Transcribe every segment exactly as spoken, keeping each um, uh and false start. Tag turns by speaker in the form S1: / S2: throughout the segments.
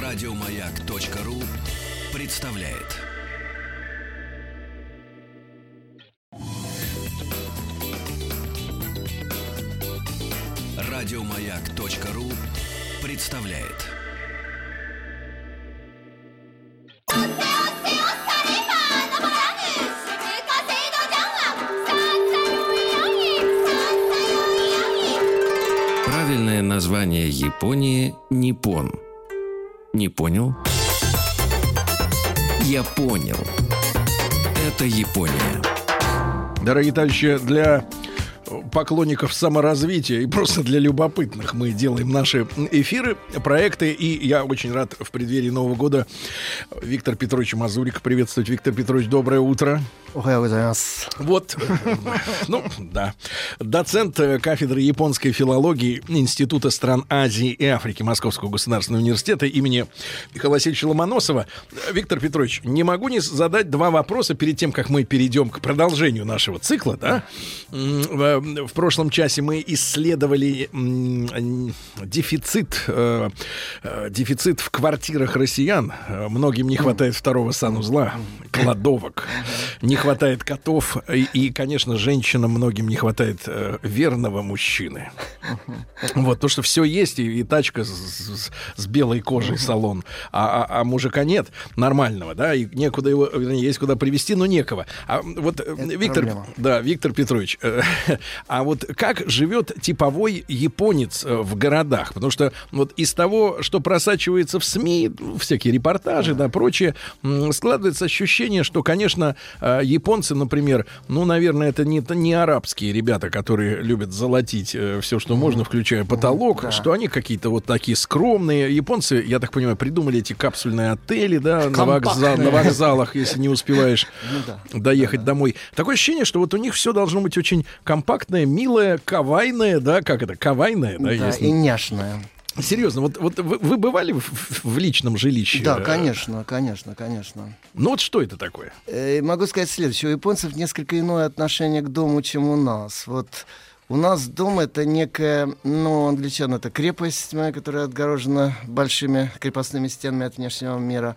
S1: Радиомаяк.ру представляет. Радиомаяк.ру представляет. Правильное название Японии – Ниппон. Не понял? Я понял. Это Япония.
S2: Дорогие товарищи, для поклонников саморазвития и просто для любопытных мы делаем наши эфиры, проекты. И я очень рад в преддверии Нового года Виктор Петрович Мазурик приветствовать. Виктор Петрович, доброе утро. Вот, ну, да. Доцент кафедры японской филологии Института стран Азии и Африки Московского государственного университета имени Михаила Васильевича Ломоносова. Виктор Петрович, не могу не задать два вопроса перед тем, как мы перейдем к продолжению нашего цикла, да? В прошлом часе мы исследовали дефицит, дефицит в квартирах россиян. Многим не хватает второго санузла, кладовок. Не хватает котов. И, и, конечно, женщинам многим не хватает э, верного мужчины. Вот, то, что все есть, и, и тачка с, с, с белой кожей, салон, а, а, а мужика нет нормального, да, и некуда его, вернее, есть куда привезти, но некого. А вот, это Виктор, проблема. Да, Виктор Петрович, э, а вот как живет типовой японец в городах? Потому что вот из того, что просачивается в СМИ, всякие репортажи, да, прочее, складывается ощущение, что, конечно, японцы, например, ну, наверное, это не, не арабские ребята, которые любят золотить э, все, что можно, включая потолок, да. Что они какие-то вот такие скромные. Японцы, я так понимаю, придумали эти капсульные отели, да, на, вокзал, на вокзалах, если не успеваешь ну, да. доехать да, да. домой. Такое ощущение, что вот у них все должно быть очень компактное, милое, кавайное, да, как это, кавайное, да,
S3: да
S2: если...
S3: и няшное.
S2: Серьезно, вот, вот вы, вы бывали в, в, в личном жилище?
S3: Да, конечно, конечно, конечно.
S2: Ну вот что это такое?
S3: Э, могу сказать следующее. У японцев несколько иное отношение к дому, чем у нас. Вот у нас дом — это некая, ну, англичан — это крепость, которая отгорожена большими крепостными стенами от внешнего мира.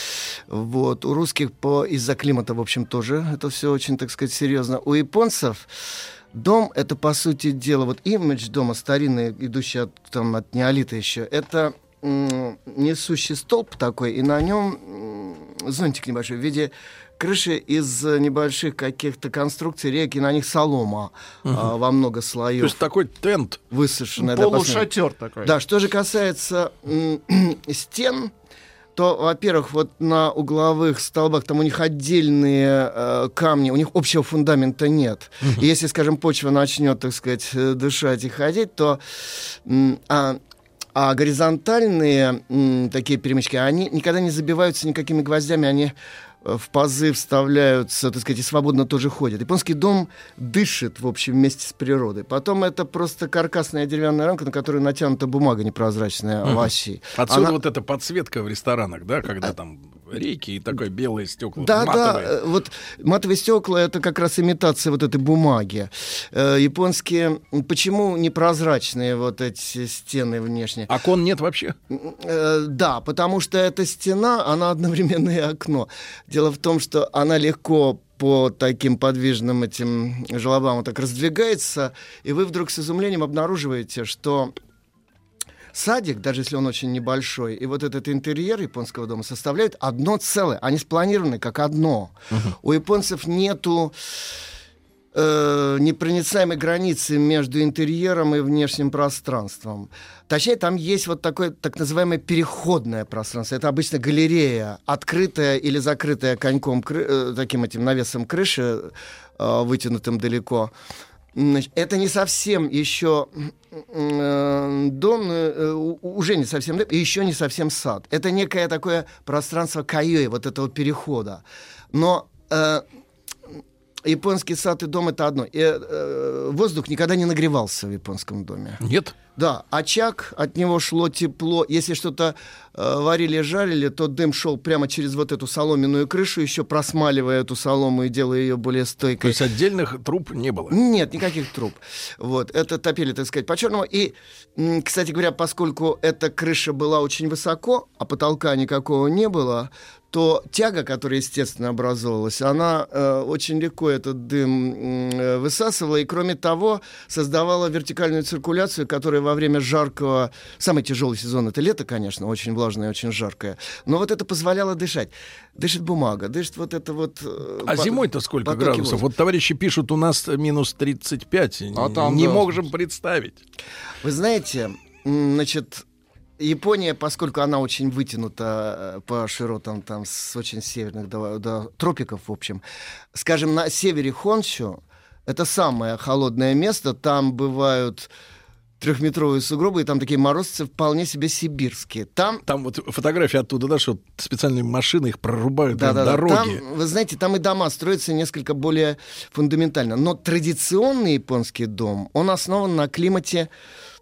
S3: Вот. У русских по, из-за климата, в общем, тоже это все очень, так сказать, серьезно. У японцев дом — это, по сути дела, вот имидж дома старинный, идущий от, там, от неолита еще, это м- несущий столб такой, и на нем м- зонтик небольшой в виде крыши из небольших каких-то конструкций, реки, на них солома угу. а, во много слоев.
S2: То есть такой тент.
S3: Высушенная.
S4: Полушатер
S3: да,
S4: такой.
S3: Да, что же касается м- стен, то, во-первых, вот на угловых столбах там у них отдельные э, камни, у них общего фундамента нет. Uh-huh. И если, скажем, почва начнет, так сказать, дышать и ходить, то м, а, а горизонтальные м, такие перемычки, они никогда не забиваются никакими гвоздями, они в пазы вставляются, так сказать, и свободно тоже ходят. Японский дом дышит, в общем, вместе с природой. Потом это просто каркасная деревянная рамка, на которую натянута бумага непрозрачная в оси.
S2: Отсюда
S3: Она...
S2: вот эта подсветка в ресторанах, да, когда там рейки и такое белое стекло.
S3: Да,
S2: матовые.
S3: да, вот матовые стекла — это как раз имитация вот этой бумаги. Э, японские, почему непрозрачные вот эти стены внешние?
S2: Окон нет вообще?
S3: Э, да, потому что эта стена, она одновременно и окно. Дело в том, что она легко по таким подвижным этим желобам вот так раздвигается, и вы вдруг с изумлением обнаруживаете, что садик, даже если он очень небольшой, и вот этот интерьер японского дома составляют одно целое. Они спланированы как одно. Uh-huh. У японцев нету э, непроницаемой границы между интерьером и внешним пространством. Точнее, там есть вот такое так называемое переходное пространство. Это обычно галерея, открытая или закрытая коньком, кры, э, таким этим навесом крыши, э, вытянутым далеко. Значит, это не совсем еще э, дом, э, уже не совсем дом, и еще не совсем сад. Это некое такое пространство кайои, вот этого перехода. Но э, японский сад и дом — это одно. И, э, воздух никогда не нагревался в японском доме.
S2: Нет?
S3: Да, очаг, от него шло тепло. Если что-то э, варили, жарили, то дым шел прямо через вот эту соломенную крышу, еще просмаливая эту солому и делая ее более стойкой.
S2: То есть отдельных труб не было?
S3: Нет, никаких труб. Вот, это топили, так сказать, по-черному. И, м, кстати говоря, поскольку эта крыша была очень высоко, а потолка никакого не было, то тяга, которая, естественно, образовалась, она э, очень легко этот дым э, высасывала, и, кроме того, создавала вертикальную циркуляцию, которая во время жаркого... Самый тяжелый сезон — это лето, конечно, очень влажное и очень жаркое, но вот это позволяло дышать. Дышит бумага, дышит вот это вот... Э,
S2: а
S3: по...
S2: зимой-то сколько градусов?
S3: Воздуха.
S2: Вот товарищи пишут, у нас минус тридцать пять.
S4: А там,
S2: не
S4: да,
S2: можем
S4: слушай.
S2: представить.
S3: Вы знаете, м, значит... Япония, поскольку она очень вытянута по широтам там с очень северных до, до тропиков, в общем, скажем, на севере Хонсю, это самое холодное место, там бывают трехметровые сугробы, и там такие морозцы вполне себе сибирские. Там,
S2: Там вот фотографии оттуда, да, что специальные машины их прорубают
S3: да,
S2: прям
S3: да, да,
S2: дороги.
S3: там, вы знаете, там и дома строятся несколько более фундаментально. Но традиционный японский дом, он основан на климате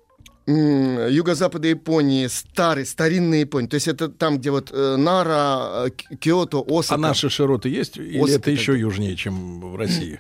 S3: юго-запада Японии, старый, старинная Япония. То есть это там, где вот э, Нара, э, Киото, Осака.
S2: А наши широты есть? Или
S3: Осака
S2: это еще
S3: тогда.
S2: южнее, чем в России?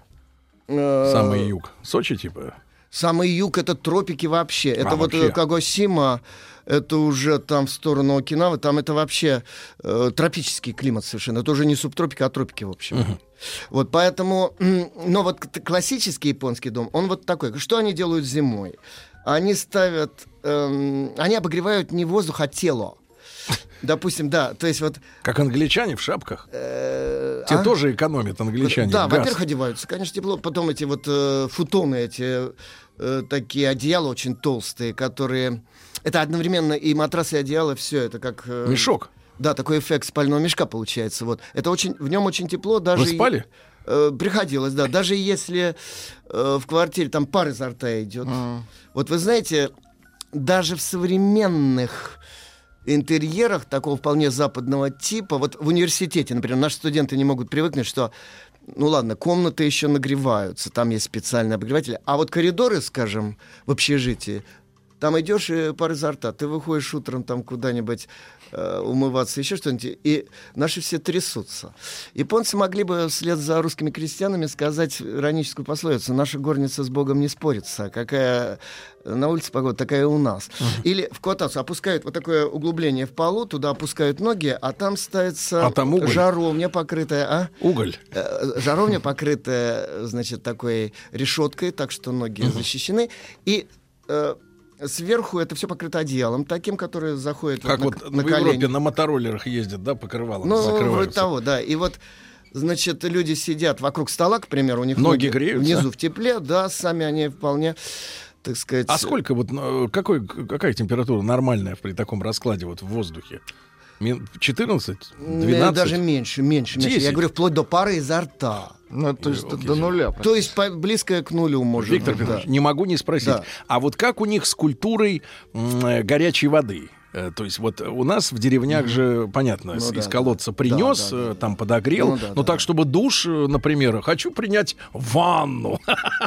S3: Э,
S2: Самый юг. Сочи, типа?
S3: Самый юг — это тропики вообще. Это
S2: А,
S3: вот
S2: вообще.
S3: э, Кагосима, это уже там в сторону Окинавы, там это вообще э, тропический климат совершенно. Это уже не субтропики, а тропики, в общем.
S2: Мгм.
S3: Вот поэтому... м, Но вот к- классический японский дом, он вот такой. Что они делают зимой? Они ставят... эм, они обогревают не воздух, а тело. Допустим, да, то есть вот...
S2: Как англичане в шапках.
S3: э,
S2: Те
S3: а?
S2: тоже экономят, англичане.
S3: Да,
S2: газ.
S3: во-первых, одеваются, конечно, тепло. Потом эти вот э, футоны, эти э, такие одеяла очень толстые, которые... Это одновременно и матрас, и одеяло, все это как... э,
S2: Мешок.
S3: Да, такой эффект спального мешка получается. Вот. Это очень, в нем очень тепло. Даже
S2: Вы спали?
S3: Э, приходилось, да. Даже если э, в квартире там пар изо рта идет.
S4: М.
S3: Вот вы знаете, даже в современных интерьерах такого вполне западного типа, вот в университете, например, наши студенты не могут привыкнуть, что, ну ладно, комнаты еще нагреваются, там есть специальные обогреватели, а вот коридоры, скажем, в общежитии, там идешь и пар изо рта, ты выходишь утром там куда-нибудь э, умываться, еще что-нибудь, и наши все трясутся. Японцы могли бы вслед за русскими крестьянами сказать ироническую пословицу: наша горница с Богом не спорится, какая на улице погода, такая и у нас. Uh-huh. Или в Котацу опускают вот такое углубление в полу, туда опускают ноги, а там ставится
S2: А там уголь?
S3: жаровня, покрытая... А?
S2: Уголь.
S3: Э, Жаровня, покрытая, значит, такой решеткой, так что ноги uh-huh. защищены, и... э, сверху это все покрыто одеялом, таким, которое заходит
S2: Как
S3: вот
S2: вот
S3: на, на
S2: в
S3: колени.
S2: Европе на мотороллерах ездят, да, покрывалом
S3: Ну,
S2: закрываются.
S3: вроде того, да. И вот, значит, люди сидят вокруг стола, к примеру, у них
S2: Ноги греются?
S3: внизу в тепле, да, сами они вполне, так сказать...
S2: А сколько вот, ну, какой, какая температура нормальная при таком раскладе вот в воздухе? Мин- четырнадцать? двенадцать?
S3: Даже меньше, меньше, меньше. Я
S2: десять?
S3: говорю, вплоть до пары изо рта.
S4: Ну, то есть
S2: Окей.
S4: до нуля.
S3: То есть по- близкое к нулю может
S2: Виктор
S3: быть,
S2: Петрович,
S3: да.
S2: не могу не спросить.
S3: Да.
S2: А вот как у них с культурой м, э, горячей воды? Э, То есть вот у нас в деревнях mm-hmm. же, понятно,
S3: Ну
S2: с-
S3: да,
S2: из
S3: да.
S2: колодца принес,
S3: Да, да, да,
S2: э, там подогрел,
S3: Ну да,
S2: но
S3: да,
S2: так,
S3: да.
S2: чтобы душ, э, например, хочу принять ванну.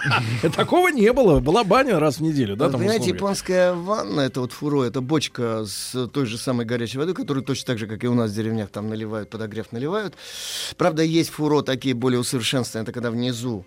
S2: Такого не было. Была баня раз в неделю, да?
S3: Вы
S2: там
S3: понимаете,
S2: условия.
S3: японская ванна, это вот фуро, это бочка с той же самой горячей водой, которую точно так же, как и у нас в деревнях, там наливают, подогрев наливают. Правда, есть фуро такие более усовершенствованные, это когда внизу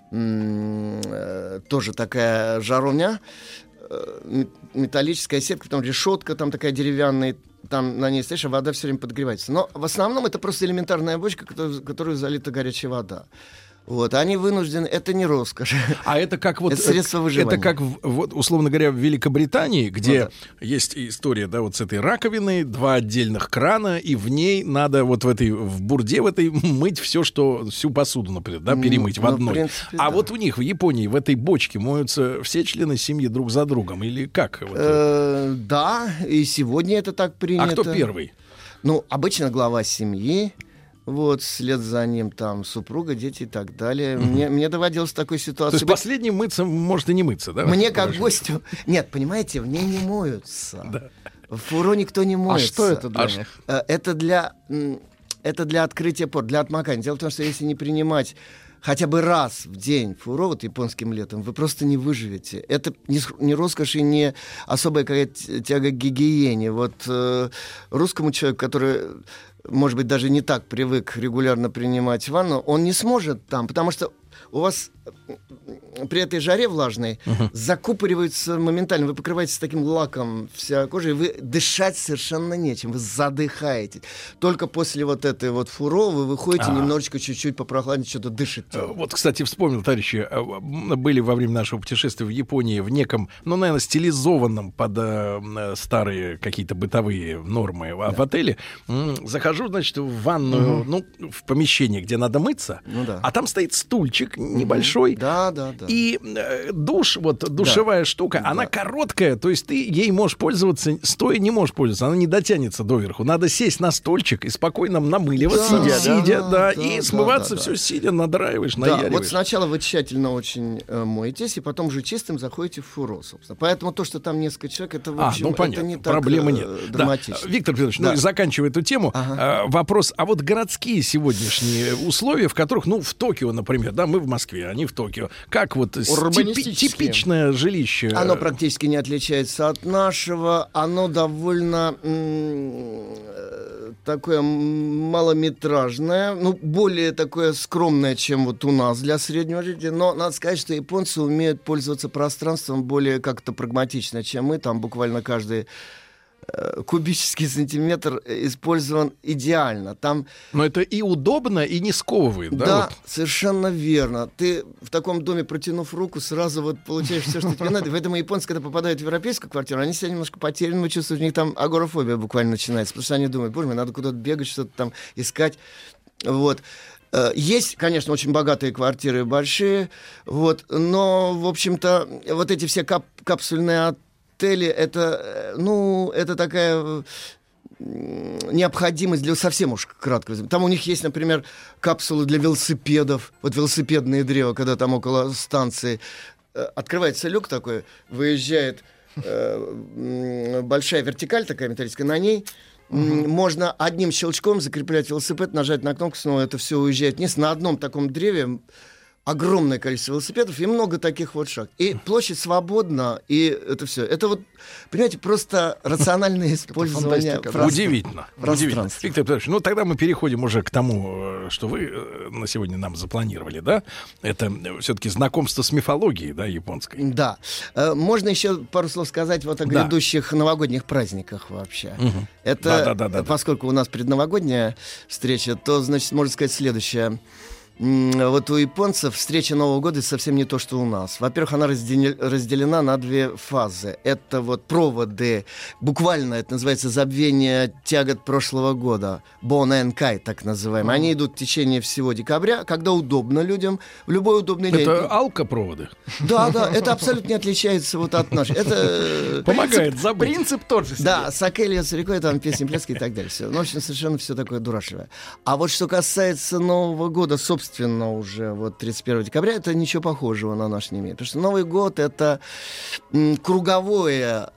S3: м- э, тоже такая жаровня, э, м- металлическая сетка, потом решетка там такая деревянная, там на ней стоишь, а вода все время подогревается. Но в основном это просто элементарная бочка, которую, в которую залита горячая вода. Вот, они вынуждены, это не роскошь.
S2: А это как вот...
S3: Это средство выживания.
S2: Это как, в- вот, условно говоря, в Великобритании, где
S3: Ну
S2: есть история, да, вот с этой раковиной, два отдельных крана, и в ней надо вот в этой, в бурде в этой мыть все, что, всю посуду, например, да, перемыть в
S3: Ну, в
S2: одной.
S3: принципе,
S2: А
S3: да.
S2: вот у них в Японии в этой бочке моются все члены семьи друг за другом, или как? Вот,
S3: Э, Да, и сегодня это так
S2: а
S3: принято.
S2: кто первый?
S3: Ну, обычно глава семьи, вот, вслед за ним там супруга, дети и так далее. Мне, мне доводилось в такой
S2: То
S3: ситуации
S2: есть
S3: быть.
S2: последним мыться может и не мыться, да?
S3: Мне
S2: по
S3: как
S2: большому
S3: гостю... Нет, понимаете, в ней не моются.
S2: Да.
S3: В фуро никто не
S4: А
S3: моется.
S4: что это для
S2: А
S4: них?
S3: Э, Это для... м, Это для открытия пор, для отмокания. Дело в том, что если не принимать хотя бы раз в день фуро, вот японским летом, вы просто не выживете. Это не, не роскошь и не особая какая-то тяга к гигиене. Вот э, русскому человеку, который, может быть, даже не так привык регулярно принимать ванну, он не сможет там, потому что у вас при этой жаре влажной uh-huh. закупоривается моментально. Вы покрываетесь таким лаком вся кожа, и вы дышать совершенно нечем. Вы задыхаетесь. Только после вот этой вот фуро вы выходите А-а-а. немножечко, чуть-чуть попрохладнее, что-то дышите.
S2: Вот, кстати, вспомнил, товарищи, были во время нашего путешествия в Японии в неком, ну, наверное, стилизованном под э, старые какие-то бытовые нормы да. в отеле. Захожу, значит, в ванную, uh-huh. ну, в помещение, где надо мыться, ну, да. а там стоит стульчик небольшой.
S3: Да, да, да.
S2: И э, душ, вот душевая да. штука, да. она короткая, то есть ты ей можешь пользоваться, стоя не можешь пользоваться, она не дотянется доверху. Надо сесть на стульчик и спокойно намыливаться,
S3: да,
S2: сидя,
S3: да,
S2: да,
S3: да,
S2: и
S3: да,
S2: смываться
S3: да,
S2: все
S3: да.
S2: сидя, надраиваешь,
S3: да,
S2: наяриваешь.
S3: Вот сначала вы тщательно очень э, моетесь, и потом уже чистым заходите в фуро, собственно. Поэтому то, что там несколько человек, это, в общем,
S2: а, ну, понятно,
S3: это не так
S2: проблемы
S3: э,
S2: нет.
S3: драматично.
S2: Да. Виктор Петрович, да. ну, заканчивая эту тему, ага. э, вопрос, а вот городские сегодняшние условия, в которых, ну, в Токио, например, да, мы в Москве, они в Токио, как вот типи- типичное жилище?
S3: Оно практически не отличается от нашего. Оно довольно м- такое малометражное, ну, более такое скромное, чем вот у нас для среднего жителя. Но надо сказать, что японцы умеют пользоваться пространством более как-то прагматично, чем мы. Там буквально каждый кубический сантиметр использован идеально. Там...
S2: Но это и удобно, и не сковывает, да?
S3: Да,
S2: вот?
S3: совершенно верно. Ты в таком доме, протянув руку, сразу вот получаешь все, что тебе надо. Поэтому японцы, когда попадают в европейскую квартиру, они себя немножко потерянно чувствуют. У них там агорафобия буквально начинается, потому что они думают, боже мой, надо куда-то бегать, что-то там искать. Вот. Есть, конечно, очень богатые квартиры, большие, вот, но, в общем-то, вот эти все кап- капсульные отели, это, ну, это такая необходимость для совсем уж краткого. Там у них есть, например, капсулы для велосипедов, вот велосипедные древа, когда там около станции открывается люк такой, выезжает э, большая вертикаль такая металлическая, на ней Uh-huh. можно одним щелчком закреплять велосипед, нажать на кнопку, снова это все уезжает вниз. На одном таком древе огромное количество велосипедов и много таких вот шаг. И площадь свободна, и это все. Это вот, понимаете, просто рациональное использование пространства.
S2: Удивительно. Удивительно. Виктор Петрович, ну тогда мы переходим уже к тому, что вы на сегодня нам запланировали, да? Это все-таки знакомство с мифологией, да, японской.
S3: Да. Можно еще пару слов сказать вот о да. грядущих новогодних праздниках вообще. Угу. Это, да, да, да, да, поскольку да. у нас предновогодняя встреча, то, значит, можно сказать следующее. Вот у японцев встреча Нового года совсем не то, что у нас. Во-первых, она разделена на две фазы. Это вот проводы, буквально это называется забвение тягот прошлого года, бонэнкай, так называемые. Они идут в течение всего декабря, когда удобно людям, в любой удобный день.
S2: Это алкопроводы?
S3: Да, да, это абсолютно не отличается вот от наших. Это
S2: помогает забыть.
S4: Принцип тот же.
S3: Да, саке льется рекой, там песни, пляски и так далее. Все. Ну, в общем, совершенно все такое дурашливое. А вот что касается Нового года, собственно, уже вот тридцать первого декабря, это ничего похожего на наш не имеет. Потому что Новый год — это м, круговое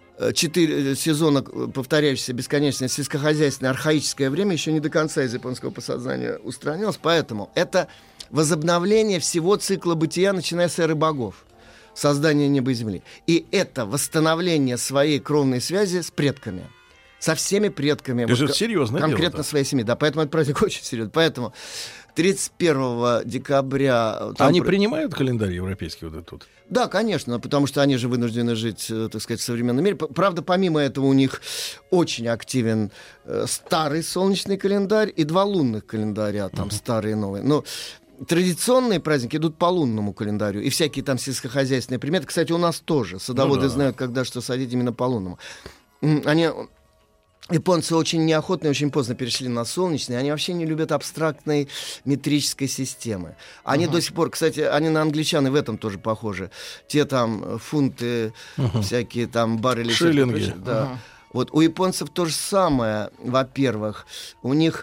S3: четыре сезона повторяющееся бесконечное сельскохозяйственное архаическое время еще не до конца из японского подсознания устранилось. Поэтому это возобновление всего цикла бытия, начиная с эры богов. Создания неба и земли. И это восстановление своей кровной связи с предками. Со всеми предками.
S2: Это вот, серьезное
S3: конкретно
S2: дело,
S3: своей семьи. Да, поэтому этот праздник очень серьезный. Поэтому тридцать первого декабря...
S2: Там они про... принимают календарь европейский вот этот?
S3: Да, конечно, потому что они же вынуждены жить, так сказать, в современном мире. Правда, помимо этого у них очень активен э, старый солнечный календарь и два лунных календаря, там uh-huh. старые и новые. Но традиционные праздники идут по лунному календарю. И всякие там сельскохозяйственные приметы. Кстати, у нас тоже. Садоводы ну, да. знают, когда что садить именно по лунному. Они... Японцы очень неохотно и очень поздно перешли на солнечный. Они вообще не любят абстрактной метрической системы. Они uh-huh. до сих пор, кстати, они на англичан и в этом тоже похожи. Те там фунты, uh-huh. всякие там баррели.
S2: Шиллинги.
S3: Да. Uh-huh. Вот у японцев то же самое, во-первых. У них,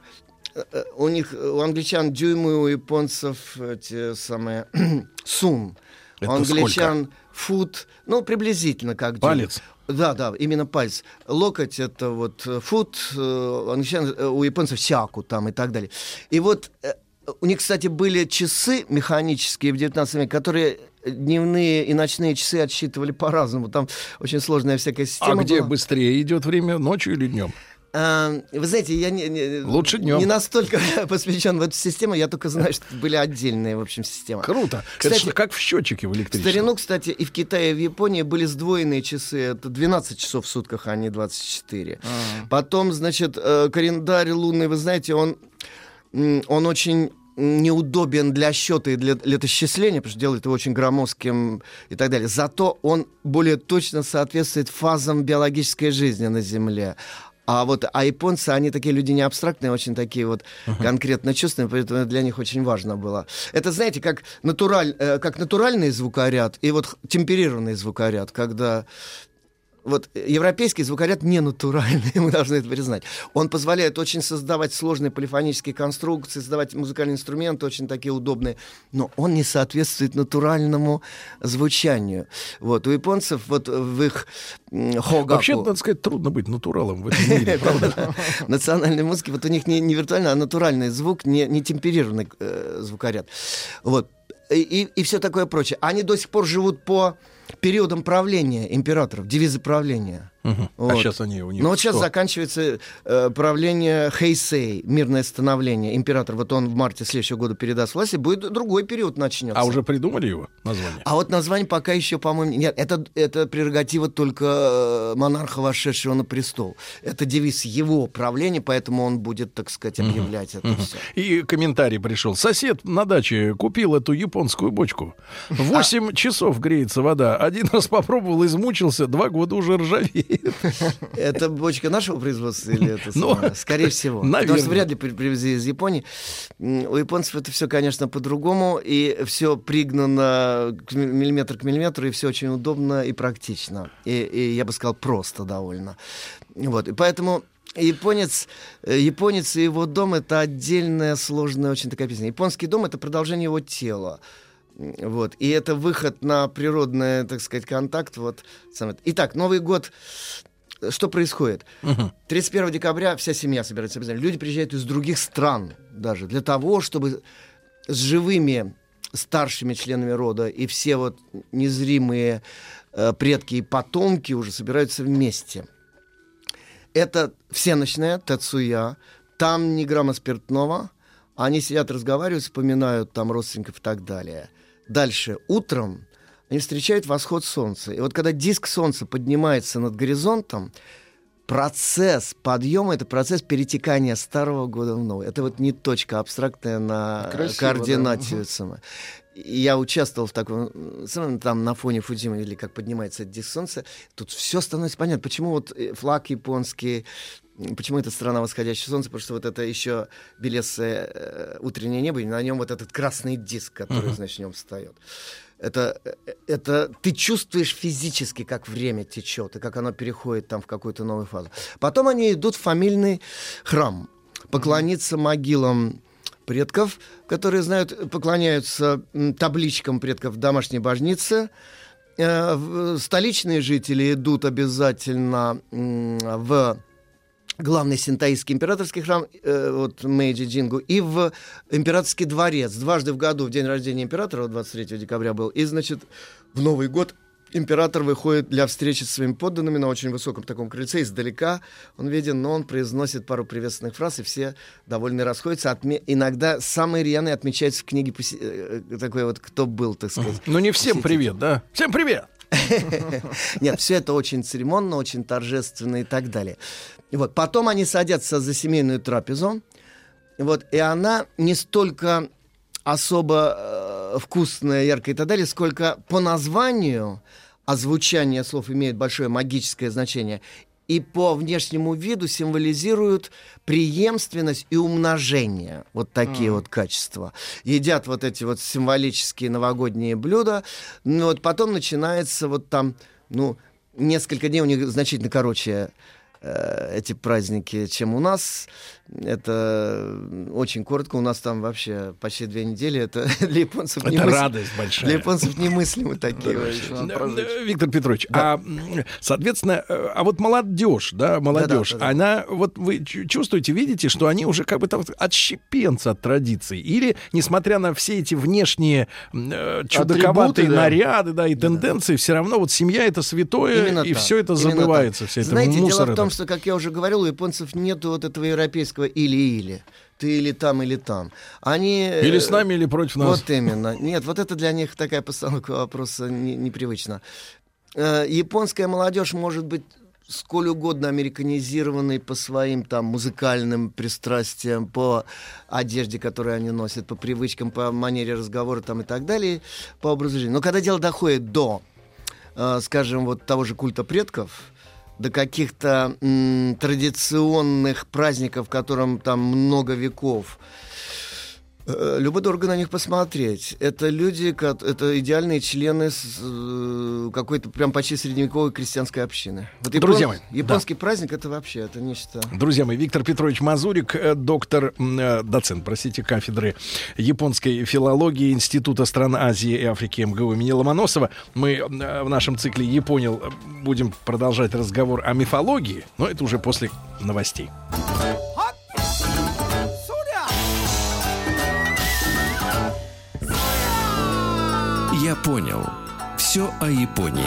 S3: у них, у англичан дюймы, у японцев те самые сун. У англичан сколько? Фут, ну, приблизительно как дюйм.
S2: Палец.
S3: Да, да, именно палец. Локоть — это вот фут, у японцев сяку там и так далее. И вот у них, кстати, были часы механические в девятнадцатом веке, которые дневные и ночные часы отсчитывали по-разному. Там очень сложная всякая система.
S2: А где
S3: была.
S2: Быстрее идет время, ночью или днем?
S3: А, вы знаете, я не, не,
S2: Лучше днем.
S3: не настолько посвящен в эту систему, я только знаю, что были отдельные, в общем, системы.
S2: Круто.
S3: Кстати,
S2: это как в счетчике в электричестве.
S3: В старину, кстати, и в Китае, и в Японии были сдвоенные часы. Это двенадцать часов в сутках, а не двадцать четыре. А-а-а. Потом, значит, календарь лунный, вы знаете, он, он очень неудобен для счета и для летосчисления, потому что делает его очень громоздким и так далее. Зато он более точно соответствует фазам биологической жизни на Земле. А вот а японцы, они такие люди не абстрактные, очень такие вот uh-huh. конкретно чувственные, поэтому для них очень важно было. Это, знаете, как, натураль, э, как натуральный звукоряд и вот темперированный звукоряд, когда... Вот европейский звукоряд не натуральный, мы должны это признать. Он позволяет очень создавать сложные полифонические конструкции, создавать музыкальные инструменты очень такие удобные, но он не соответствует натуральному звучанию. Вот у японцев вот в их хогаку...
S2: Вообще, надо сказать, трудно быть натуралом в этом мире, правда?
S3: Национальной музыки, вот у них не виртуальный, а натуральный звук, не темперированный звукоряд. Вот. И, и все такое прочее. Они до сих пор живут по периодам правления императоров, девизы правления.
S2: Угу.
S3: Вот.
S2: А сейчас они у них
S3: Но вот сейчас
S2: что?
S3: заканчивается э, правление Хэйсэй, мирное становление. Император, вот он в марте следующего года передаст власть, и будет другой период начнется.
S2: А уже придумали его название?
S3: А вот название пока еще, по-моему, нет. Это, это прерогатива только монарха, вошедшего на престол. Это девиз его правления, поэтому он будет, так сказать, объявлять угу. это угу. все.
S2: И комментарий пришел. Сосед на даче купил эту японскую бочку. Восемь часов греется вода. Один раз попробовал, измучился, два года уже ржавеет.
S3: Это бочка нашего производства или это
S2: ну,
S3: самое? Скорее всего.
S2: Наверное.
S3: Потому что вряд ли привезли из Японии. У японцев это все, конечно, по-другому. И все пригнано миллиметр к миллиметру, и все очень удобно и практично. И, и я бы сказал, просто довольно. Вот. И поэтому японец, японец и его дом — это отдельная сложная очень такая песня. Японский дом — это продолжение его тела. Вот. И это выход на природный, так сказать, контакт. Вот. Итак, Новый год. Что происходит? Uh-huh. тридцать первого декабря вся семья собирается обязательно. Люди приезжают из других стран даже для того, чтобы с живыми старшими членами рода и все вот незримые э, предки и потомки уже собираются вместе. Это всеночная тацуя. Там ни грамма спиртного. Они сидят, разговаривают, вспоминают там родственников и так далее. Дальше, утром они встречают восход солнца. И вот когда диск солнца поднимается над горизонтом, процесс подъема — это процесс перетекания старого года в новый. Это вот не точка абстрактная на красиво, координате. Да. И я участвовал в таком, там на фоне Фудзимы, или как поднимается этот диск солнца, тут все становится понятно. Почему вот флаг японский, почему это страна восходящего солнца? Потому что вот это еще белесое э, утреннее небо, и на нем вот этот красный диск, который, uh-huh. значит, в нем встает. Это, это ты чувствуешь физически, как время течет, и как оно переходит там в какую-то новую фазу. Потом они идут в фамильный храм, поклониться могилам предков, которые знают, поклоняются табличкам предков в домашней божнице. Столичные жители идут обязательно в главный синтоистский императорский храм, э, вот Мэйджи-Джингу, и в императорский дворец. Дважды в году, в день рождения императора, вот двадцать третьего декабря был, и, значит, в Новый год император выходит для встречи с своими подданными на очень высоком таком крыльце, издалека он виден, но он произносит пару приветственных фраз, и все довольны расходятся. Отме... Иногда самые рьяные отмечаются в книге поси... такой вот, кто был, так сказать.
S2: Ну, не всем привет, да? Всем привет!
S3: Нет, все это очень церемонно, очень торжественно и так далее. И вот потом они садятся за семейную трапезу, вот, и она не столько особо э, вкусная, яркая и так далее, сколько по названию, а звучание слов имеет большое магическое значение, и по внешнему виду символизируют преемственность и умножение. Вот такие mm. вот качества. Едят вот эти вот символические новогодние блюда. Ну, вот потом начинается вот там, ну, несколько дней, у них значительно короче э, эти праздники, чем у нас. Это очень коротко. У нас там вообще почти две недели. Это для японцев
S2: это
S3: немыслимо.
S2: радость большая.
S3: Для японцев немыслимы такие.
S2: Виктор Петрович, а, соответственно, а вот молодежь, да, молодежь,
S3: Да-да, да-да.
S2: она, вот вы чувствуете, видите, что они уже как бы там отщепенцы от традиций? Или, несмотря на все эти внешние э, чудаковатые
S4: Атрибуты, да.
S2: наряды, да, и тенденции, все равно вот семья — это святое,
S3: Именно
S2: и
S3: так.
S2: все это
S3: Именно
S2: забывается,
S3: так.
S2: вся эта
S3: Знаете,
S2: мусор.
S3: дело в том,
S2: этот.
S3: что, как я уже говорил, у японцев нет вот этого европейского или-или. Ты или там, или там. Они...
S2: Или с нами, или против нас.
S3: Вот именно. Нет, вот это для них такая постановка вопроса не, непривычна. Э, японская молодежь может быть сколь угодно американизированной по своим там музыкальным пристрастиям, по одежде, которую они носят, по привычкам, по манере разговора там и так далее, по образу жизни. Но когда дело доходит до, э, скажем, вот того же культа предков, до каких-то м, традиционных праздников, которым там много веков, э, любо-дорого на них посмотреть. Это люди, ко- это идеальные члены с, э, какой-то прям почти средневековой крестьянской общины. Вот
S2: Друзья мои,
S3: японский праздник — это вообще, это нечто...
S2: Друзья мои, Виктор Петрович Мазурик, э, доктор, э, доцент, простите, кафедры японской филологии Института стран Азии и Африки МГУ имени Ломоносова. Мы э, в нашем цикле «Японил» будем продолжать разговор о мифологии, но это уже после новостей.
S1: Я понял. Все о Японии.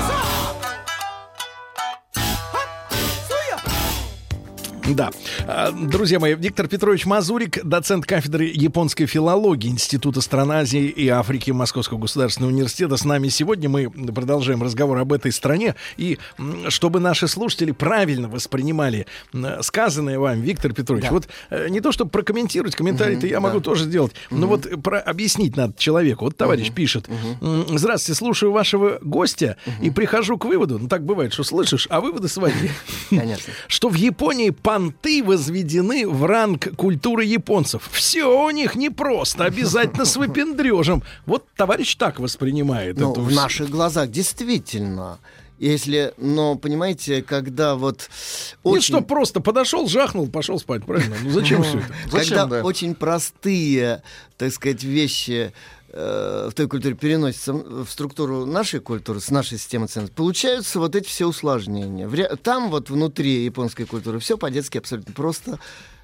S2: Да. А, друзья мои, Виктор Петрович Мазурик, доцент кафедры японской филологии Института стран Азии и Африки Московского государственного университета. С нами сегодня мы продолжаем разговор об этой стране. И м, чтобы наши слушатели правильно воспринимали м, сказанное вами, Виктор Петрович,
S3: Да.
S2: вот э, не то, чтобы прокомментировать, комментарий-то
S3: Мгм,
S2: я могу
S3: да.
S2: тоже сделать, но вот про, объяснить надо человеку. Вот товарищ пишет: м, здравствуйте, слушаю вашего гостя и прихожу к выводу, ну так бывает, что слышишь, а выводы свои.
S3: Конечно.
S2: Что в Японии понты возведены в ранг культуры японцев. Все у них непросто, обязательно с выпендрежем. Вот товарищ так воспринимает
S3: Ну,
S2: эту
S3: в
S2: всю-
S3: наших глазах действительно. Если, но, понимаете, когда вот...
S2: Нет,
S3: очень-
S2: что просто подошел, жахнул, пошел спать, правильно? Ну зачем все это?
S4: Зачем,
S3: когда
S4: да?
S3: очень простые, так сказать, вещи э, в той культуре переносятся в структуру нашей культуры, с нашей системы ценностей, получаются вот эти все усложнения. В ре- Там вот внутри японской культуры все по-детски абсолютно просто.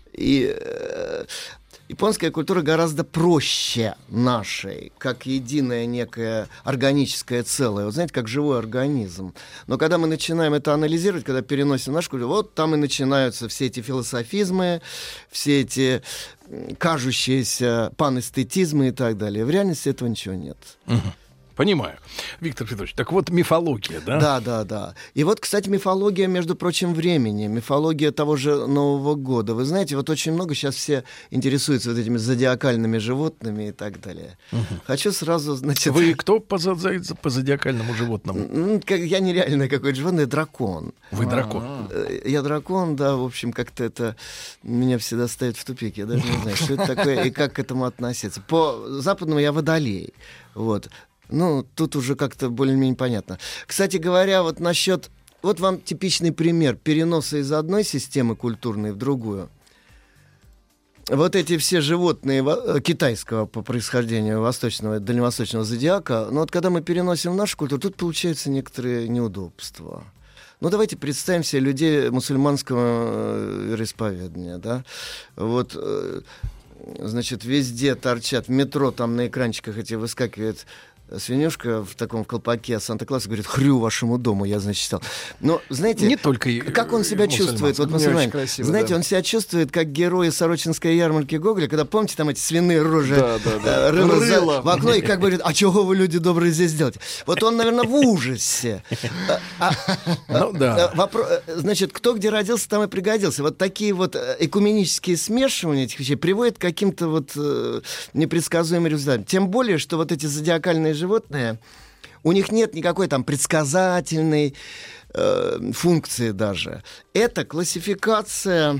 S3: И э, японская культура гораздо проще нашей, как единое некое органическое целое. Вот знаете, как живой организм. Но когда мы начинаем это анализировать, когда переносим нашу культуру, вот там и начинаются все эти философизмы, все эти м, кажущиеся панэстетизмы и так далее. В реальности этого ничего нет.
S2: Понимаю. Виктор Петрович, так вот мифология, да?
S3: Да, да, да. И вот, кстати, мифология, между прочим, времени, мифология того же Нового года. Вы знаете, вот очень много сейчас все интересуются вот этими зодиакальными животными и так далее. Хочу сразу, значит...
S2: Вы кто по, за- за- по зодиакальному животному?
S3: м, как- Я нереальное какое-то животное, дракон.
S2: Вы дракон.
S3: Э, Я дракон, да, в общем, как-то это меня всегда ставит в тупик. Я даже не знаю, что это такое и как к этому относиться. По западному я водолей. Вот. Ну, тут уже как-то более-менее понятно. Кстати говоря, вот насчет... Вот вам типичный пример переноса из одной системы культурной в другую. Вот эти все животные во- китайского по происхождению восточного, дальневосточного зодиака, но вот когда мы переносим в нашу культуру, тут получаются некоторые неудобства. Ну, давайте представим себе людей мусульманского э, вероисповедания, да. Вот, э, значит, везде торчат, в метро там на экранчиках эти выскакивает свинюшка в таком в колпаке, а Санта-Клаус говорит: хрю вашему дому, я, значит, читал. Но, знаете,
S2: Не только и-
S3: как он себя чувствует? Вот
S4: Не
S3: мусульманин.
S4: очень красиво,
S3: Знаете,
S4: да.
S3: он себя чувствует как герой Сорочинской ярмарки Гоголя, когда, помните, там эти свиные рожи,
S4: Да, да, да.
S3: э, рыло за-
S4: Рыло.
S3: в окно, и как говорит: а чего вы, люди добрые, здесь делаете? Вот он, наверное, в ужасе. А,
S2: Ну да.
S3: Э, вопро- э, Значит, кто где родился, там и пригодился. Вот такие вот э, экуменические смешивания этих вещей приводят к каким-то вот э, непредсказуемым результатам. Тем более, что вот эти зодиакальные животные, у них нет никакой там предсказательной э, функции даже. Это классификация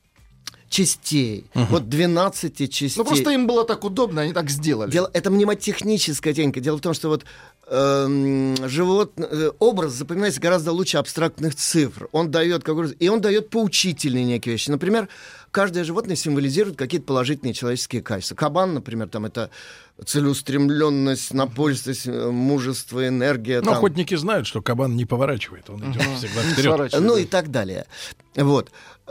S3: частей. Вот двенадцать частей.
S4: Ну, просто им было так удобно, они так сделали.
S3: Дело, это мнемотехническая техника. Дело в том, что вот э, живот, э, образ запоминается гораздо лучше абстрактных цифр. Он дает какой-то, и он дает поучительные некие вещи. Например, каждое животное символизирует какие-то положительные человеческие качества. Кабан, например, там это целеустремленность, напористость, мужество, энергия.
S2: Но
S3: там.
S2: охотники знают, что кабан не поворачивает, он идет uh-huh. всегда вперед.
S3: Ну и так далее. Вот.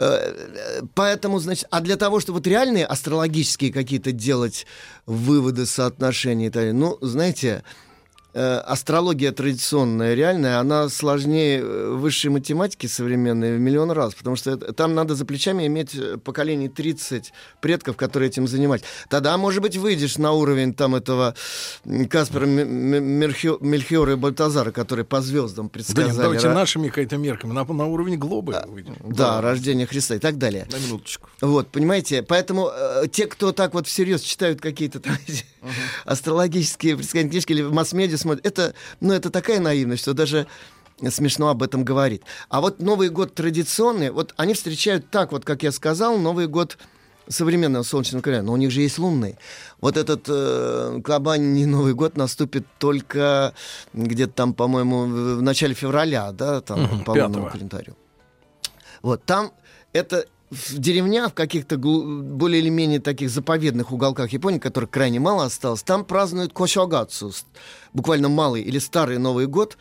S3: Поэтому, значит, а для того, чтобы вот реальные астрологические какие-то делать выводы, соотношения и так далее, ну, знаете, астрология традиционная, реальная, она сложнее высшей математики современной в миллион раз, потому что это, там надо за плечами иметь поколений тридцать предков, которые этим занимались. Тогда, может быть, выйдешь на уровень там этого Каспера Мельхиора и Бальтазара, которые по звездам предсказали. Да нет,
S2: давайте нашими какими-то мерками, на, на уровень глобы
S3: а,
S2: выйдешь.
S3: Да, да, рождение Христа и так далее.
S4: На минуточку.
S3: Вот, понимаете, поэтому э, те, кто так вот всерьез читают какие-то там uh-huh. астрологические предсказания книжки или в масс-медиа, это, ну, это такая наивность, что даже смешно об этом говорить. А вот Новый год традиционный, вот они встречают так, вот как я сказал, Новый год современного солнечного календаря, но у них же есть лунный. Вот этот э, кабаний Новый год наступит только где-то там, по-моему, в начале февраля, да, там, угу, по лунному календарю. Вот, там это... В деревнях, в каких-то гл- более или менее таких заповедных уголках Японии, которых крайне мало осталось, там празднуют Кошогацу, буквально малый или старый Новый год,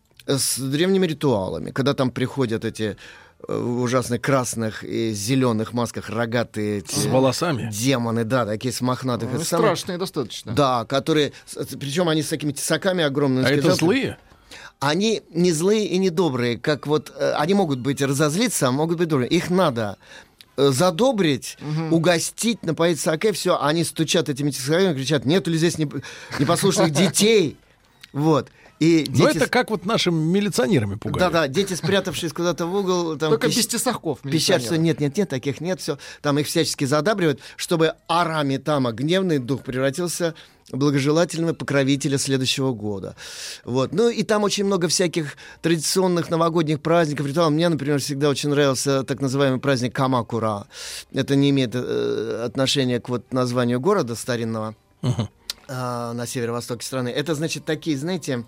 S3: с древними ритуалами, когда там приходят эти в ужасных красных и зеленых масках рогатые
S2: с волосами
S3: демоны, да, такие с мохнатых.
S4: Ну, страшные самые... достаточно.
S3: Да, которые, причем они с такими тесаками огромными.
S2: А это злые?
S3: Они не злые и не добрые, как вот э, они могут быть разозлиться, а могут быть добрые. Их надо э, задобрить, угу. угостить, напоить саке, все. Они стучат этими тесаками, кричат: нету ли здесь непослушных детей? Вот. И дети...
S2: Но это как вот нашими милиционерами пугали.
S3: Да-да, дети, спрятавшись куда-то в угол... Там,
S4: Только
S3: пищ...
S4: без тесаков
S3: пищат, что нет-нет-нет, таких нет, все. Там их всячески задабривают, чтобы Арами Тама, гневный дух, превратился в благожелательного покровителя следующего года. Вот. Ну и там очень много всяких традиционных новогодних праздников, ритуалов. Мне, например, всегда очень нравился так называемый праздник Камакура. Это не имеет э, отношения к вот названию города старинного uh-huh. э, на северо-востоке страны. Это, значит, такие, знаете...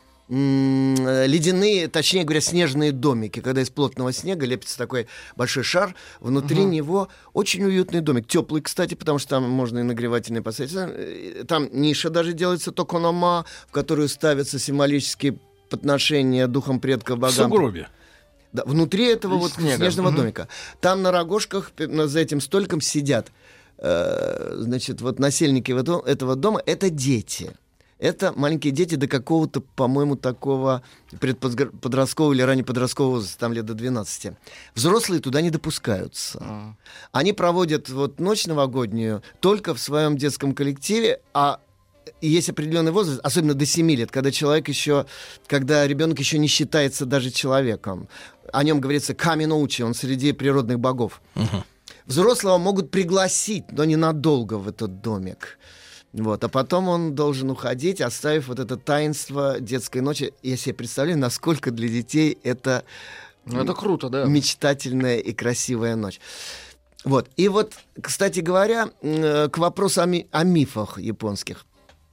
S3: ледяные, точнее говоря, снежные домики, когда из плотного снега лепится такой большой шар, внутри uh-huh. него очень уютный домик, теплый, кстати, потому что там можно и нагревательные поставить. Там ниша даже делается токонома, в которую ставятся символические подношения духом предков богам. В
S2: сугробе.
S3: Да, внутри этого вот
S4: снега.
S3: снежного uh-huh. домика. Там на рогожках за этим столиком сидят, э, значит, вот насельники этого дома, это дети. Это маленькие дети до какого-то, по-моему, такого предподросткового или раннеподросткового возраста, там лет до двенадцати. Взрослые туда не допускаются. А. Они проводят вот ночь новогоднюю только в своем детском коллективе, а есть определенный возраст, особенно до семи лет, когда человек еще, когда ребенок еще не считается даже человеком. О нем говорится каминоучи, он среди природных богов. Угу. Взрослого могут пригласить, но ненадолго в этот домик. Вот, а потом он должен уходить, оставив вот это таинство детской ночи. Я себе представляю, насколько для детей это,
S4: ну, это круто, да.
S3: мечтательная и красивая ночь. Вот. И вот, кстати говоря, к вопросу о, ми- о мифах японских.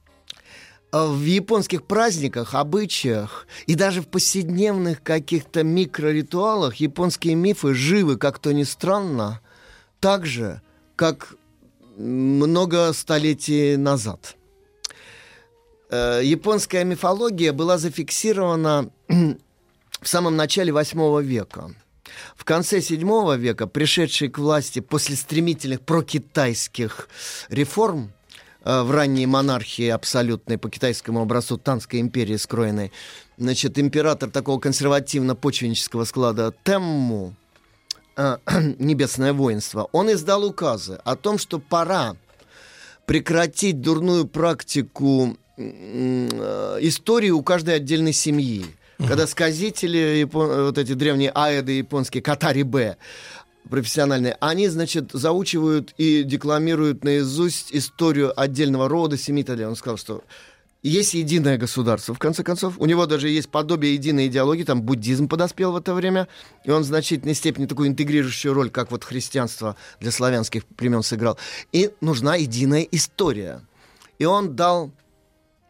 S3: В японских праздниках, обычаях и даже в повседневных каких-то микроритуалах японские мифы живы, как то ни странно, так же, как много столетий назад. Э, японская мифология была зафиксирована в самом начале восьмого века. В конце седьмого века, пришедший к власти после стремительных прокитайских реформ э, в ранней монархии абсолютной по китайскому образцу Танской империи скроенной, значит, император такого консервативно-почвеннического склада Темму, Небесное воинство, он издал указы о том, что пора прекратить дурную практику э, истории у каждой отдельной семьи. Mm-hmm. Когда сказители, япон... вот эти древние аэды японские, катари-бэ, профессиональные, они, значит, заучивают и декламируют наизусть историю отдельного рода, семьи и так далее. Он сказал, что есть единое государство, в конце концов. У него даже есть подобие единой идеологии. Там буддизм подоспел в это время. И он в значительной степени такую интегрирующую роль, как вот христианство для славянских племен сыграл. И нужна единая история. И он дал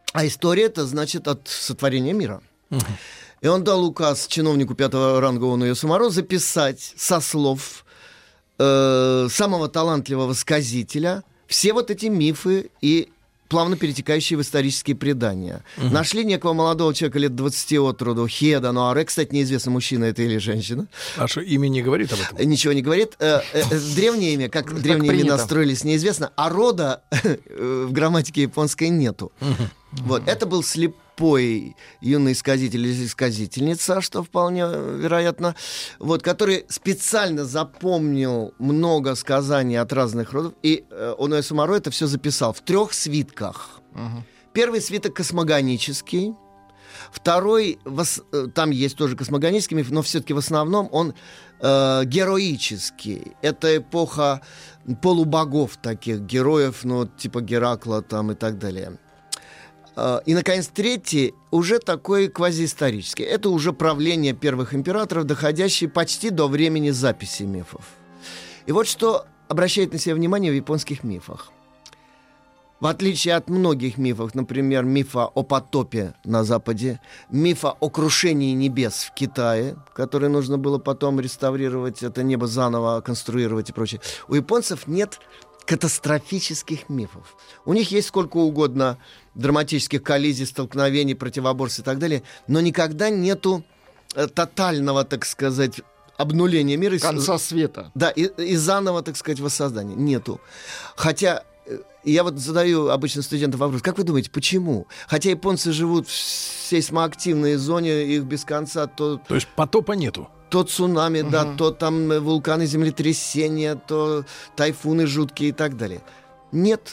S3: А история это значит от сотворения мира.
S2: Угу.
S3: И он дал указ чиновнику пятого ранга ООН Йосимаро записать со слов э, самого талантливого сказителя все вот эти мифы и плавно перетекающие в исторические предания. Угу. Нашли некого молодого человека лет двадцати от роду, Хеда Нуаре, кстати, неизвестно, мужчина это или женщина.
S2: А что, имя не говорит об этом?
S3: Ничего не говорит. Э, э, древнее имя, как
S4: так
S3: древние
S4: принято.
S3: имена строились, неизвестно, а рода в грамматике японской нету.
S2: Угу.
S3: Вот. Это был слепой юный сказитель или сказительница, что вполне вероятно, вот, который специально запомнил много сказаний от разных родов, и э, Оно Йосимаро это все записал в трех свитках.
S4: Ага.
S3: Первый свиток космогонический, второй, вос, э, там есть тоже космогонический миф, но все-таки в основном он э, героический. Это эпоха полубогов таких, героев, ну, типа Геракла там и так далее. И, наконец, третий, уже такой квазиисторический. Это уже правление первых императоров, доходящее почти до времени записи мифов. И вот что обращает на себя внимание в японских мифах. В отличие от многих мифов, например, мифа о потопе на Западе, мифа о крушении небес в Китае, который нужно было потом реставрировать, это небо заново конструировать и прочее, у японцев нет катастрофических мифов. У них есть сколько угодно драматических коллизий, столкновений, противоборств и так далее, но никогда нету э, тотального, так сказать, обнуления мира.
S4: Конца света.
S3: Да, и, и заново, так сказать, воссоздания. Нету. Хотя, э, я вот задаю обычно студентам вопрос, как вы думаете, почему? Хотя японцы живут в сейсмоактивной зоне, их без конца то...
S2: То есть потопа нету?
S3: То цунами,
S4: Угу.
S3: да, то там вулканы, землетрясения, то тайфуны жуткие и так далее. Нет.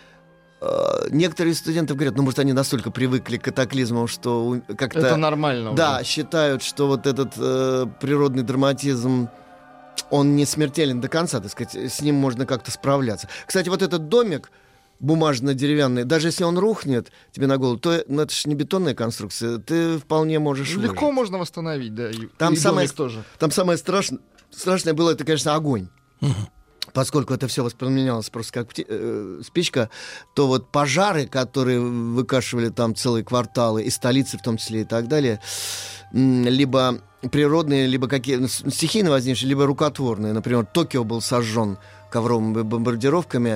S3: Э, Некоторые студенты говорят, ну, может, они настолько привыкли к катаклизмам, что у- как-то...
S4: Это нормально.
S3: Да,
S4: уже.
S3: считают, что вот этот э, природный драматизм, он не смертелен до конца, так сказать, с ним можно как-то справляться. Кстати, вот этот домик бумажно-деревянный, даже если он рухнет тебе на голову, то ну, это же не бетонная конструкция, ты вполне можешь выжить.
S4: Легко можно восстановить, да. И,
S3: Там
S4: и
S3: самое,
S4: домик тоже.
S3: там самое страшное, страшное было, это, конечно, огонь. Поскольку это все воспламенялось просто как пти- э, спичка, то вот пожары, которые выкашивали там целые кварталы, и столицы в том числе и так далее, м, либо природные, либо какие ну, с- стихийно возникшие, либо рукотворные. Например, Токио был сожжен ковровыми бомбардировками,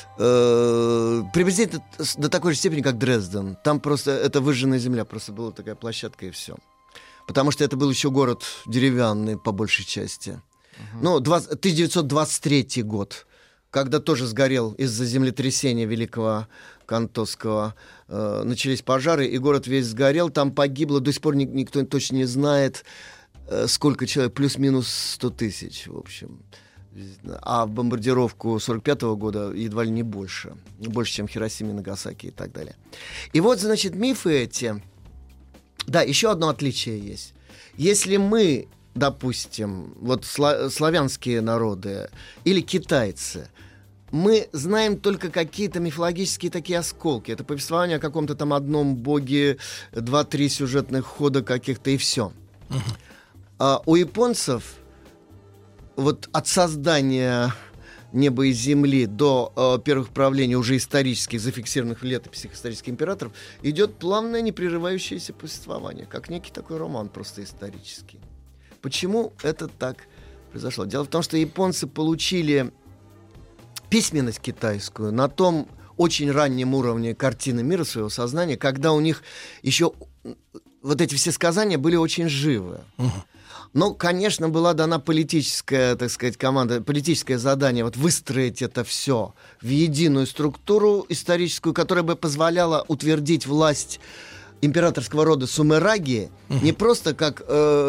S3: э, приблизительно с- до такой же степени, как Дрезден. Там просто это выжженная земля, просто была такая площадка и все. Потому что это был еще город деревянный по большей части. Ну, двадцать тысяча девятьсот двадцать третий год, когда тоже сгорел из-за землетрясения великого Кантосского, э, начались пожары, и город весь сгорел, там погибло, до сих пор ни- никто точно не знает, э, сколько человек, плюс-минус сто тысяч, в общем. А в бомбардировку сорок пятого года едва ли не больше, больше, чем в Хиросиме, Нагасаки и так далее. И вот, значит, мифы эти... Да, еще одно отличие есть. Если мы... допустим, вот сла- славянские народы или китайцы, мы знаем только какие-то мифологические такие осколки. Это повествование о каком-то там одном боге, два-три сюжетных хода каких-то и все. Uh-huh. А у японцев вот от создания неба и земли до э, первых правлений уже исторических, зафиксированных в летописях исторических императоров, идет плавное непрерывающееся повествование, как некий такой роман просто исторический. Почему это так произошло? Дело в том, что японцы получили письменность китайскую на том очень раннем уровне картины мира своего сознания, когда у них еще вот эти все сказания были очень живы. Но, конечно, была дана политическая, так сказать, команда, политическое задание вот выстроить это все в единую структуру историческую, которая бы позволяла утвердить власть императорского рода Сумэраги uh-huh. не просто как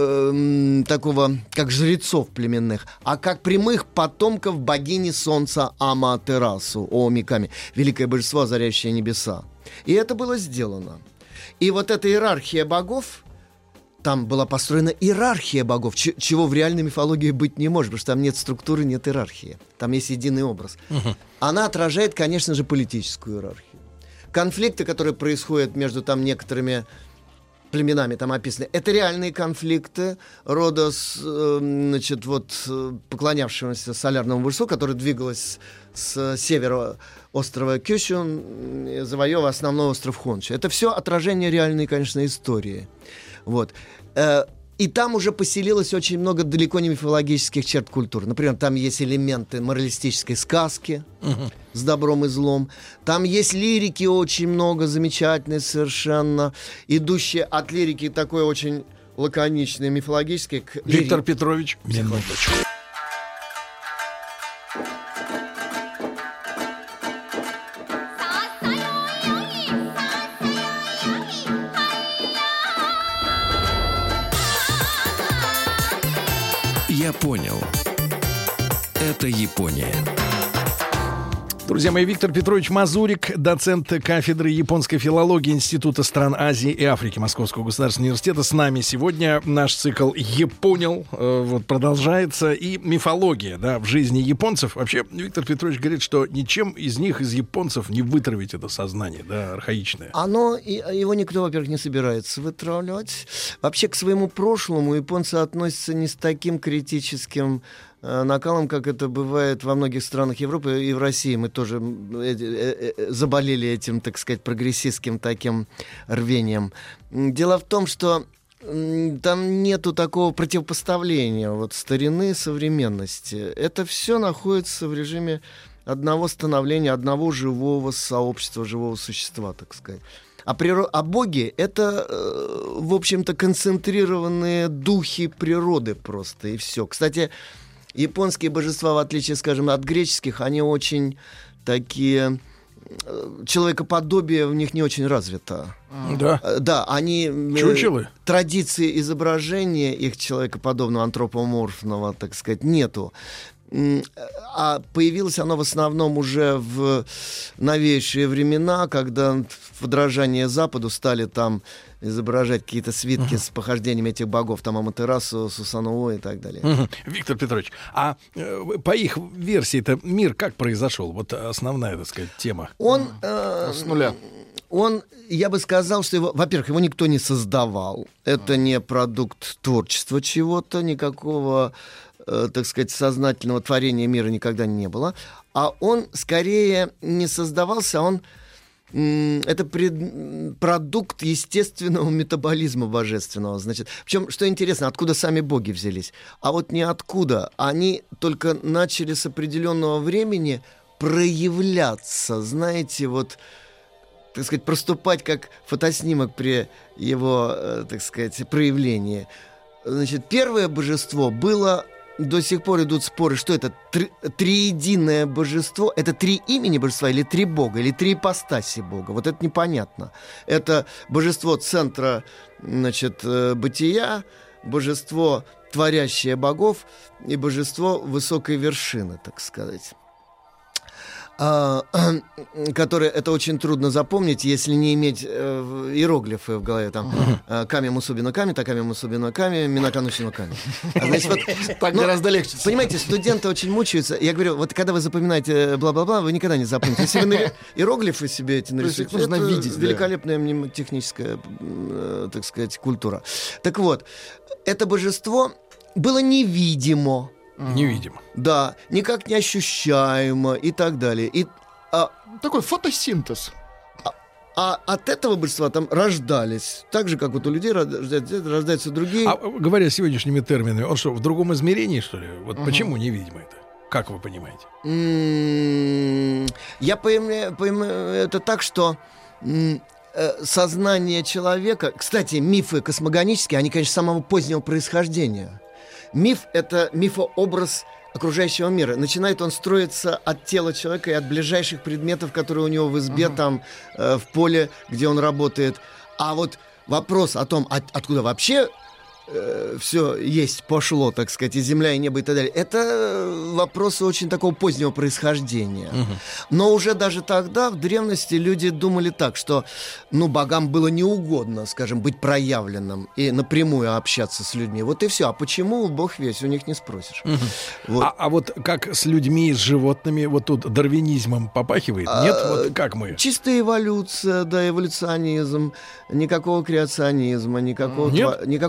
S3: э, такого, как жрецов племенных, а как прямых потомков богини солнца Аматерасу, Оомиками, великое божество, озаряющее небеса. И это было сделано. И вот эта иерархия богов, там была построена иерархия богов, ч- чего в реальной мифологии быть не может, потому что там нет структуры, нет иерархии. Там есть единый образ. Uh-huh. Она отражает, конечно же, политическую иерархию. Конфликты, которые происходят между там некоторыми племенами, там описаны, это реальные конфликты рода, с, э, значит, вот, поклонявшегося солярному божеству, который двигалось с севера острова Кюсю, завоевывая основной остров Хонши. Это все отражение реальной, конечно, истории. Вот. И там уже поселилось очень много далеко не мифологических черт культуры. Например, там есть элементы моралистической сказки uh-huh. с добром и злом. Там есть лирики очень много, замечательные совершенно, идущие от лирики такой очень лаконичной, мифологической к лирике.
S2: Виктор Петрович, минуточку.
S1: Я понял. Это Япония.
S2: Друзья мои, Виктор Петрович Мазурик, доцент кафедры японской филологии Института стран Азии и Африки Московского государственного университета. С нами сегодня наш цикл «Я понял» э, вот, продолжается. И мифология, да, в жизни японцев. Вообще, Виктор Петрович говорит, что ничем из них, из японцев, не вытравить это сознание, да, архаичное.
S3: Оно, его никто, во-первых, не собирается вытравлять. Вообще, к своему прошлому японцы относятся не с таким критическим накалом, как это бывает во многих странах Европы и в России. Мы тоже заболели этим, так сказать, прогрессистским таким рвением. Дело в том, что там нету такого противопоставления вот, старины и современности. Это все находится в режиме одного становления, одного живого сообщества, живого существа, так сказать. А, природ... а боги — это, э, в общем-то, концентрированные духи природы просто, и все. Кстати, японские божества, в отличие, скажем, от греческих, они очень такие... Человекоподобие в них не очень развито.
S2: Да?
S3: Да, они...
S2: Чучелы?
S3: Традиции изображения их человекоподобного, антропоморфного, так сказать, нету. А появилось оно в основном уже в новейшие времена, когда в подражание Западу стали там изображать какие-то свитки uh-huh. с похождениями этих богов, там Аматерасу, Сусаноо и так далее.
S2: Uh-huh. Виктор Петрович, а э, по их версии это мир как произошел? Вот основная, так сказать, тема.
S3: Он... Э,
S4: с нуля.
S3: Он, я бы сказал, что его, во-первых, его никто не создавал. Это не продукт творчества чего-то, никакого, э, так сказать, сознательного творения мира никогда не было. А он скорее не создавался, он это пред... продукт естественного метаболизма божественного. Значит, причем, что интересно, откуда сами боги взялись? А вот не откуда. Они только начали с определенного времени проявляться. Знаете, вот, так сказать, проступать как фотоснимок при его, так сказать, проявлении. Значит, первое божество было... До сих пор идут споры, что это три, триединое божество. Это три имени божества или три бога, или три ипостаси бога. Вот это непонятно. Это божество центра, значит, бытия, божество, творящее богов, и божество высокой вершины, так сказать. А, которые это очень трудно запомнить, если не иметь э, иероглифы в голове. Там э, Ками Мусубино Ками, Таками Мусубино Ками, Минаканусино Ками. А, значит, вот,
S4: так
S3: ну,
S4: гораздо легче.
S3: Понимаете, студенты очень мучаются. Я говорю, вот когда вы запоминаете бла-бла-бла, вы никогда не запомните. Если вы нари... иероглифы себе эти нарисуете,
S4: нужно
S3: это
S4: видеть,
S3: великолепная да. мнемотехническая, э, так сказать, культура. Так вот, это божество было невидимо.
S2: Невидимо.
S3: Да, никак не ощущаемо и так далее. И, а,
S4: Такой фотосинтез.
S3: А, а от этого божества там рождались. Так же, как вот у людей рождаются, рождаются другие.
S2: А говоря сегодняшними терминами, он что, в другом измерении, что ли? Вот
S3: uh-huh.
S2: почему невидимо это? Как вы понимаете?
S3: Mm-hmm. Я понимаю, понимаю это так, что... Mm, сознание человека... Кстати, мифы космогонические, они, конечно, самого позднего происхождения. Миф — это мифообраз окружающего мира. Начинает он строиться от тела человека и от ближайших предметов, которые у него в избе, uh-huh. там, э, в поле, где он работает. А вот вопрос о том, от, откуда вообще э, все есть, пошло, так сказать, и земля, и небо, и так далее, это вопросы очень такого позднего происхождения. Uh-huh. Но уже даже тогда, в древности, люди думали так, что, ну, богам было неугодно, скажем, быть проявленным и напрямую общаться с людьми. Вот и все. А почему, бог весь, у них не спросишь. Uh-huh.
S2: Вот. А, а вот как с людьми, с животными, вот тут дарвинизмом попахивает? Нет? А, вот как мы?
S3: Чистая эволюция, да, эволюционизм, никакого креационизма, никакого,
S2: Нет?
S3: тва- никакого творения.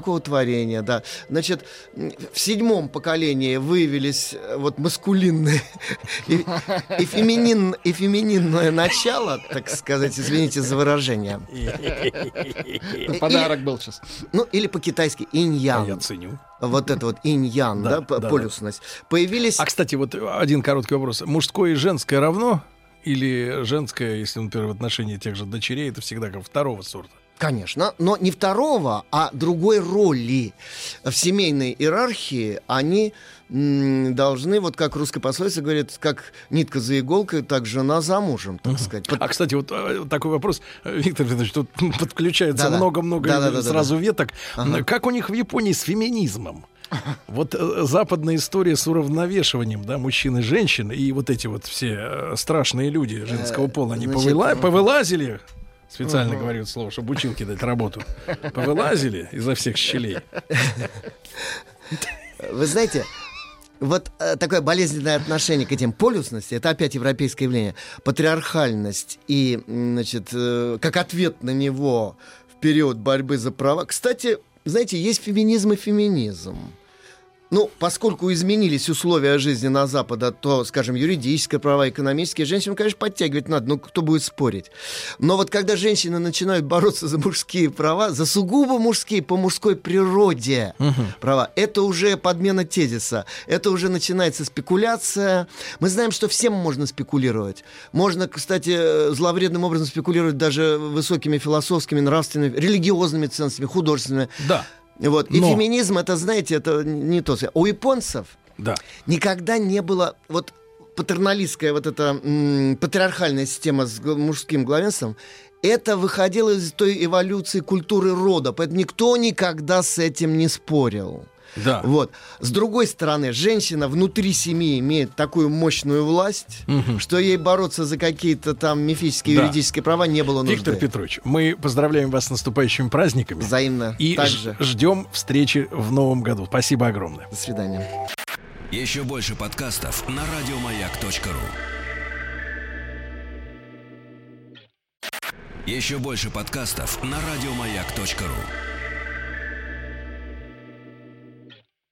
S3: оплодотворения, да. Значит, в седьмом поколении выявились вот маскулинные и, и, феминин, и фемининное начало, так сказать, извините за выражение.
S4: Подарок был сейчас.
S3: Ну, или по-китайски инь-ян.
S2: Я ценю.
S3: Вот это вот инь-ян, да,
S2: Да, да,
S3: полюсность. Появились...
S2: А, кстати, вот один короткий вопрос. Мужское и женское равно? Или женское, если, например, в отношении тех же дочерей, это всегда как второго сорта?
S3: Конечно, но не второго, а другой роли. В семейной иерархии они м, должны, вот как русская пословица говорит, как нитка за иголкой, так жена за мужем, так сказать.
S2: А, кстати, вот э, такой вопрос, Виктор Федорович, тут подключается
S3: Да-да.
S2: много-много
S3: Да-да-да-да.
S2: сразу веток.
S3: Ага.
S2: Как у них в Японии с феминизмом? Вот э, западная история с уравновешиванием, да, мужчин и женщин, и вот эти вот все э, страшные люди женского пола, они
S3: значит,
S2: повыла-
S3: ага.
S2: повылазили, специально говорю это слово, чтобы училке дать работу, повылазили изо всех щелей.
S3: Вы знаете, вот э, такое болезненное отношение к этим полюсности, это опять европейское явление, патриархальность и, м, значит, э, как ответ на него в период борьбы за права. Кстати, знаете, есть феминизм и феминизм. Ну, поскольку изменились условия жизни на Западе, то, скажем, юридические права, экономические, женщинам, конечно, подтягивать надо, ну, кто будет спорить. Но вот когда женщины начинают бороться за мужские права, за сугубо мужские, по мужской природе угу. права, это уже подмена тезиса, это уже начинается спекуляция. Мы знаем, что всем можно спекулировать. Можно, кстати, зловредным образом спекулировать даже высокими философскими, нравственными, религиозными ценностями, художественными.
S2: Да.
S3: Вот. И
S2: Но...
S3: феминизм, это, знаете, это не то. У японцев
S2: да.
S3: никогда не было вот патерналистская вот эта м, патриархальная система с мужским главенством. Это выходило из той эволюции культуры рода, поэтому никто никогда с этим не спорил.
S2: Да.
S3: Вот. С другой стороны, женщина внутри семьи имеет такую мощную власть, угу. что ей бороться за какие-то там мифические, да. юридические права не было нужды.
S2: Виктор Петрович, мы поздравляем вас с наступающими праздниками.
S3: Взаимно.
S2: И
S3: также.
S2: ждем встречи в новом году. Спасибо огромное.
S3: До свидания.
S1: Еще больше подкастов на радиомаяк точка ру. Еще больше подкастов на радиомаяк точка ру.